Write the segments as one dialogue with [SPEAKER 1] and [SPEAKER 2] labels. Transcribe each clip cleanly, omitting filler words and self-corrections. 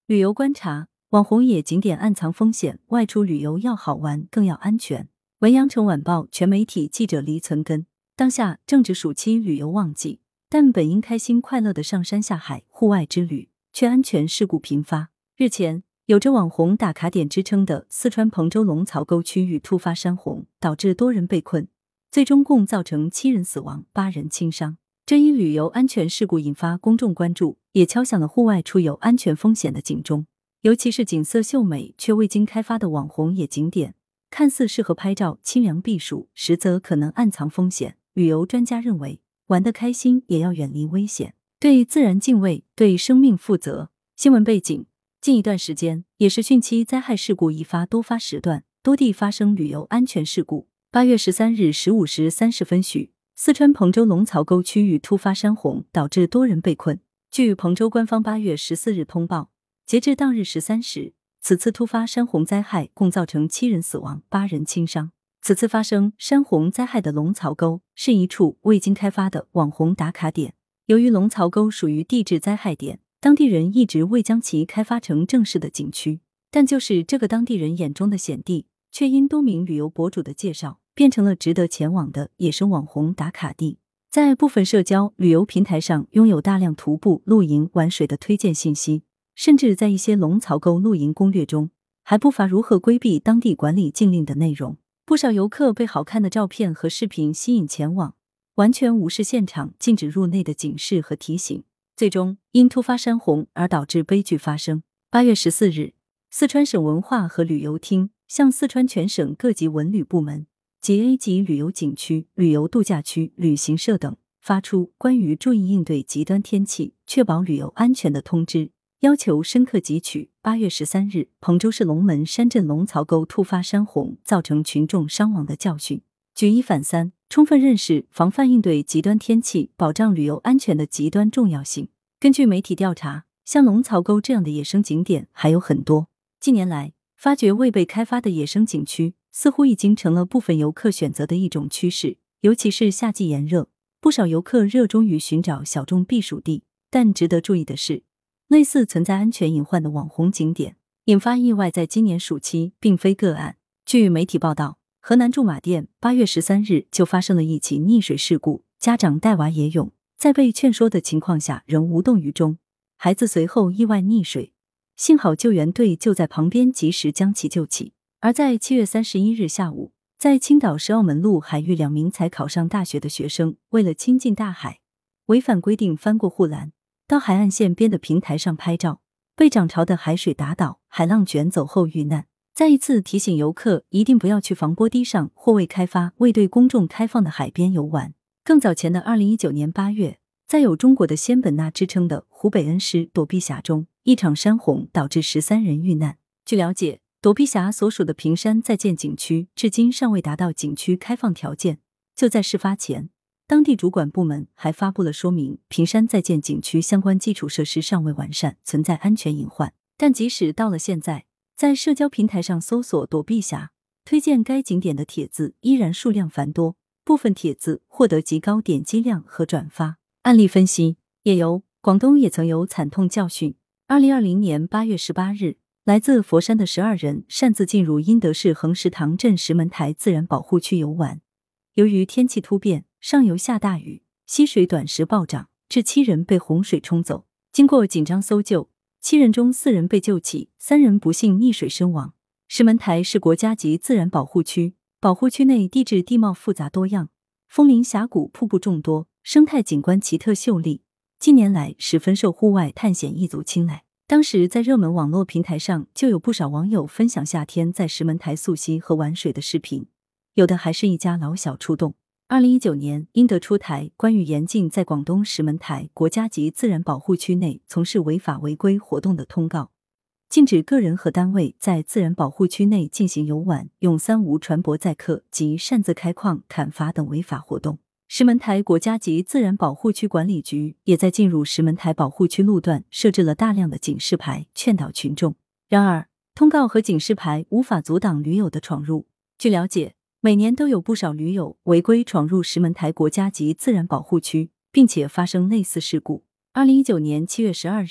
[SPEAKER 1] 旅游观察，网红野景点暗藏风险，外出旅游要好玩更要安全。文阳城晚报全媒体记者黎存根。当下正值暑期旅游旺季，但本应开心快乐的上山下海户外之旅，却安全事故频发。日前，有着网红打卡点之称的四川彭州龙槽沟区域突发山洪，导致多人被困，最终共造成7人死亡，8人轻伤。这一旅游安全事故引发公众关注，也敲响了户外出游安全风险的警钟。尤其是景色秀美却未经开发的网红野景点，看似适合拍照清凉避暑，实则可能暗藏风险。旅游专家认为，玩得开心也要远离危险，对自然敬畏，对生命负责。新闻背景：近一段时间，也是汛期灾害事故易发多发时段，多地发生旅游安全事故。8月13日15时30分许，四川彭州龙槽沟区域突发山洪，导致多人被困。据彭州官方8月14日通报，截至当日13时，此次突发山洪灾害共造成7人死亡，8人轻伤。此次发生山洪灾害的龙槽沟是一处未经开发的网红打卡点。由于龙槽沟属于地质灾害点，当地人一直未将其开发成正式的景区，但就是这个当地人眼中的险地，却因多名旅游博主的介绍，变成了值得前往的野生网红打卡地。在部分社交旅游平台上拥有大量徒步、露营、玩水的推荐信息，甚至在一些龙槽沟露营攻略中，还不乏如何规避当地管理禁令的内容。不少游客被好看的照片和视频吸引前往，完全无视现场禁止入内的警示和提醒，最终因突发山洪而导致悲剧发生。8月14日，四川省文化和旅游厅向四川全省各级文旅部门及 A 级旅游景区、旅游度假区、旅行社等发出关于注意应对极端天气、确保旅游安全的通知，要求深刻汲取。8月13日，彭州市龙门山镇龙槽沟突发山洪造成群众伤亡的教训，举一反三，充分认识防范应对极端天气、保障旅游安全的极端重要性。根据媒体调查，像龙槽沟这样的野生景点还有很多。近年来，发掘未被开发的野生景区似乎已经成了部分游客选择的一种趋势，尤其是夏季炎热，不少游客热衷于寻找小众避暑地。但值得注意的是，类似存在安全隐患的网红景点引发意外在今年暑期并非个案。据媒体报道，河南驻马店8月13日就发生了一起溺水事故，家长带娃野泳，在被劝说的情况下仍无动于衷，孩子随后意外溺水，幸好救援队就在旁边及时将其救起。而在7月31日下午，在青岛市澳门路海域，2名才考上大学的学生为了亲近大海，违反规定翻过护栏，到海岸线边的平台上拍照，被涨潮的海水打倒，海浪卷走后遇难。再一次提醒游客一定不要去防波堤上或未开发、未对公众开放的海边游玩。更早前的2019年8月，在有中国的仙本那之称的湖北恩施躲避峡中，一场山洪导致13人遇难。据了解，躲避峡所属的平山在建景区至今尚未达到景区开放条件。就在事发前，当地主管部门还发布了说明，平山在建景区相关基础设施尚未完善，存在安全隐患。但即使到了现在，在社交平台上搜索躲避峡，推荐该景点的帖子依然数量繁多，部分帖子获得极高点击量和转发。案例分析：野游，广东也曾有惨痛教训。2020年8月18日，来自佛山的12人擅自进入英德市横石塘镇石门台自然保护区游玩，由于天气突变，上游下大雨，溪水短时暴涨，致7人被洪水冲走。经过紧张搜救，7人中4人被救起，3人不幸溺水身亡。石门台是国家级自然保护区，保护区内地质地貌复杂多样，峰林峡谷瀑布众多，生态景观奇特秀丽，近年来十分受户外探险一族青睐。当时在热门网络平台上就有不少网友分享夏天在石门台溯溪和玩水的视频，有的还是一家老小出动。2019年，英德出台关于严禁在广东石门台国家级自然保护区内从事违法违规活动的通告，禁止个人和单位在自然保护区内进行游玩、用三无船舶载客及擅自开矿、砍伐等违法活动。石门台国家级自然保护区管理局也在进入石门台保护区路段设置了大量的警示牌，劝导群众。然而，通告和警示牌无法阻挡驴友的闯入。据了解，每年都有不少驴友违规闯入石门台国家级自然保护区，并且发生类似事故。2019年7月12日，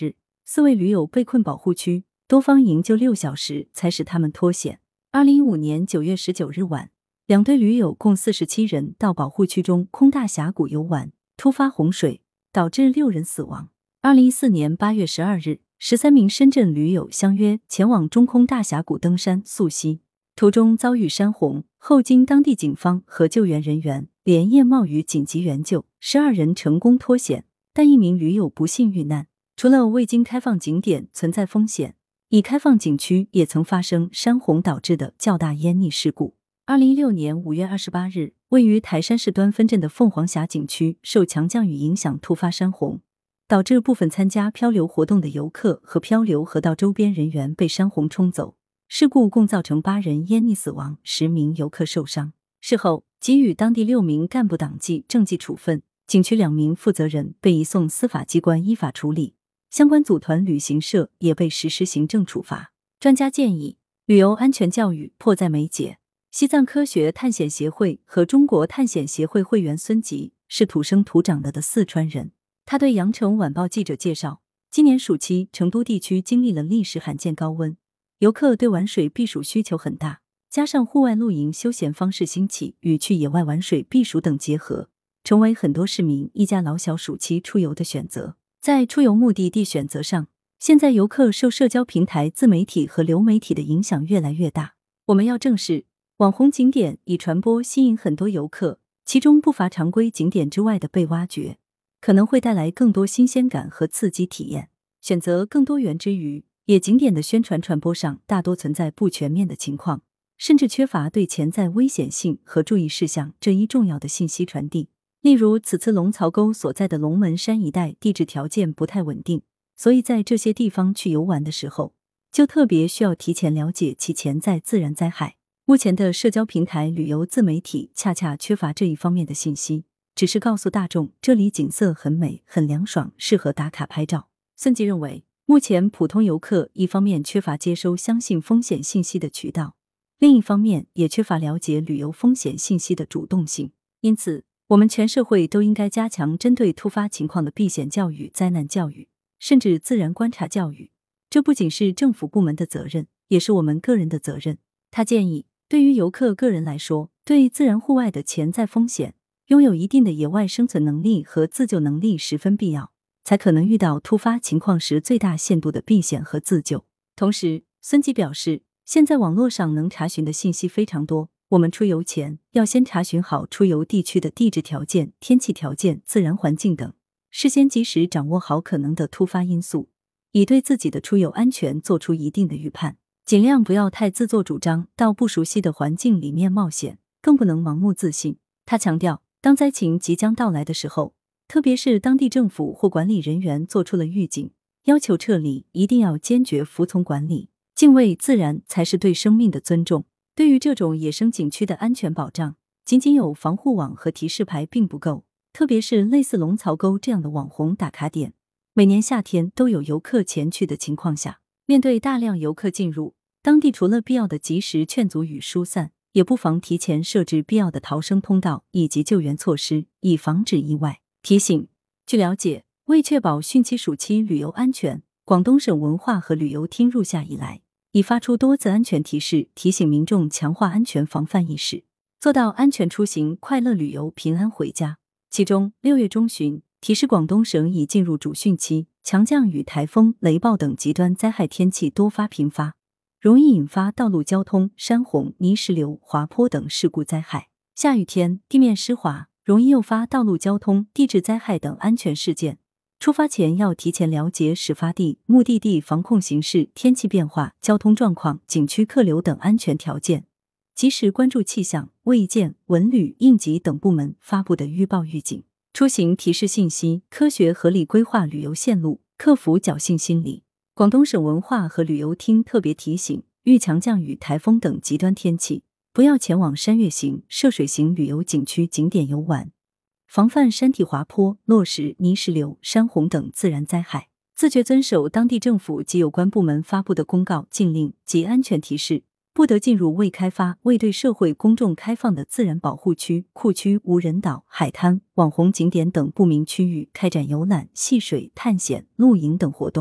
[SPEAKER 1] 4位驴友被困保护区，多方营救6小时才使他们脱险。2015年9月19日晚，2队驴友共47人到保护区中空大峡谷游玩，突发洪水，导致6人死亡。2014年8月12日，13名深圳驴友相约前往中空大峡谷登山溯溪，途中遭遇山洪，后经当地警方和救援人员连夜冒雨紧急援救，12人成功脱险，但1名驴友不幸遇难。除了未经开放景点存在风险，已开放景区也曾发生山洪导致的较大淹溺事故。2016年5月28日，位于台山市端分镇的凤凰峡景区受强降雨影响突发山洪，导致部分参加漂流活动的游客和漂流河道周边人员被山洪冲走。事故共造成8人淹溺死亡，10名游客受伤。事后，给予当地6名干部党纪政纪处分，景区2名负责人被移送司法机关依法处理，相关组团旅行社也被实施行政处罚。专家建议，旅游安全教育迫在眉睫。西藏科学探险协会和中国探险协会会员孙吉是土生土长的四川人。他对羊城晚报记者介绍，今年暑期成都地区经历了历史罕见高温，游客对玩水避暑需求很大，加上户外露营休闲方式兴起，与去野外玩水避暑等结合，成为很多市民一家老小暑期出游的选择。在出游目的地选择上，现在游客受社交平台、自媒体和流媒体的影响越来越大。我们要正视网红景点以传播吸引很多游客，其中不乏常规景点之外的被挖掘，可能会带来更多新鲜感和刺激体验。选择更多元之余，野景点的宣传传播上大多存在不全面的情况，甚至缺乏对潜在危险性和注意事项这一重要的信息传递。例如，此次龙槽沟所在的龙门山一带地质条件不太稳定，所以在这些地方去游玩的时候，就特别需要提前了解其潜在自然灾害。目前的社交平台、旅游自媒体恰恰缺乏这一方面的信息，只是告诉大众这里景色很美、很凉爽，适合打卡拍照。孙吉认为，目前普通游客一方面缺乏接收相信风险信息的渠道，另一方面也缺乏了解旅游风险信息的主动性。因此，我们全社会都应该加强针对突发情况的避险教育、灾难教育，甚至自然观察教育。这不仅是政府部门的责任，也是我们个人的责任。他建议，对于游客个人来说，对自然户外的潜在风险，拥有一定的野外生存能力和自救能力十分必要，才可能遇到突发情况时最大限度的避险和自救。同时，孙吉表示，现在网络上能查询的信息非常多，我们出游前要先查询好出游地区的地质条件、天气条件、自然环境等，事先及时掌握好可能的突发因素，以对自己的出游安全做出一定的预判。尽量不要太自作主张，到不熟悉的环境里面冒险，更不能盲目自信。他强调，当灾情即将到来的时候，特别是当地政府或管理人员做出了预警，要求撤离，一定要坚决服从管理。敬畏自然才是对生命的尊重。对于这种野生景区的安全保障，仅仅有防护网和提示牌并不够，特别是类似龙槽沟这样的网红打卡点，每年夏天都有游客前去的情况下，面对大量游客进入，当地除了必要的及时劝阻与疏散，也不妨提前设置必要的逃生通道以及救援措施，以防止意外。提醒：据了解，为确保汛期暑期旅游安全，广东省文化和旅游厅入夏以来，已发出多次安全提示，提醒民众强化安全防范意识，做到安全出行、快乐旅游、平安回家。其中，6月中旬提示广东省已进入主汛期，强降雨、台风、雷暴等极端灾害天气多发频发，容易引发道路交通、山洪、泥石流、滑坡等事故灾害。下雨天地面湿滑，容易诱发道路交通、地质灾害等安全事件。出发前要提前了解始发地、目的地防控形势、天气变化、交通状况、景区客流等安全条件，及时关注气象、卫健、文旅、应急等部门发布的预报预警。出行提示信息，科学合理规划旅游线路，克服侥幸心理。广东省文化和旅游厅特别提醒，遇强降雨、台风等极端天气，不要前往山岳型、涉水型旅游景区景点游玩，防范山体滑坡、落石、泥石流、山洪等自然灾害。自觉遵守当地政府及有关部门发布的公告、禁令及安全提示，不得进入未开发、未对社会公众开放的自然保护区、库区、无人岛、海滩、网红景点等不明区域开展游览、戏水、探险、露营等活动。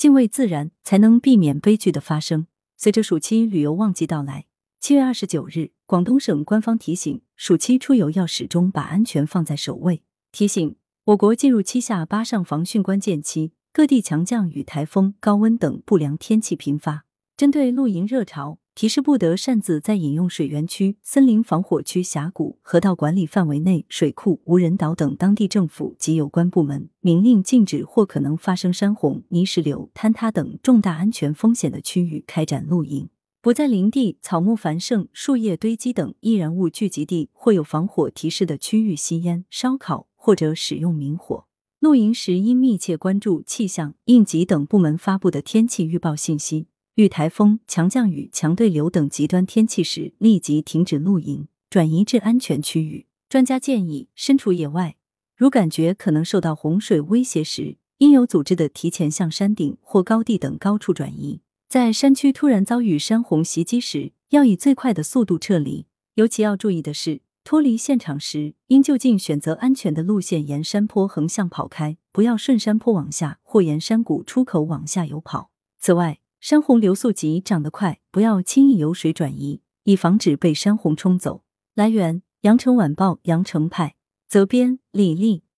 [SPEAKER 1] 敬畏自然，才能避免悲剧的发生。随着暑期旅游旺季到来，7月29日，广东省官方提醒，暑期出游要始终把安全放在首位。提醒，我国进入7下8上防汛关键期，各地强降雨、台风、高温等不良天气频发。针对露营热潮，提示不得擅自在饮用水源区、森林防火区峡谷、河道管理范围内、水库、无人岛等当地政府及有关部门明令禁止或可能发生山洪、泥石流、坍塌等重大安全风险的区域开展露营。不在林地、草木繁盛、树叶堆积等易燃物聚集地或有防火提示的区域吸烟、烧烤或者使用明火。露营时应密切关注气象、应急等部门发布的天气预报信息。遇台风、强降雨、强对流等极端天气时，立即停止露营，转移至安全区域。专家建议，身处野外，如感觉可能受到洪水威胁时，应有组织的提前向山顶或高地等高处转移。在山区突然遭遇山洪袭击时，要以最快的速度撤离。尤其要注意的是，脱离现场时，应就近选择安全的路线沿山坡横向跑开，不要顺山坡往下或沿山谷出口往下游跑。此外，山洪流速急，涨得快，不要轻易由水转移，以防止被山洪冲走。来源：羊城晚报羊城派，责编：李丽。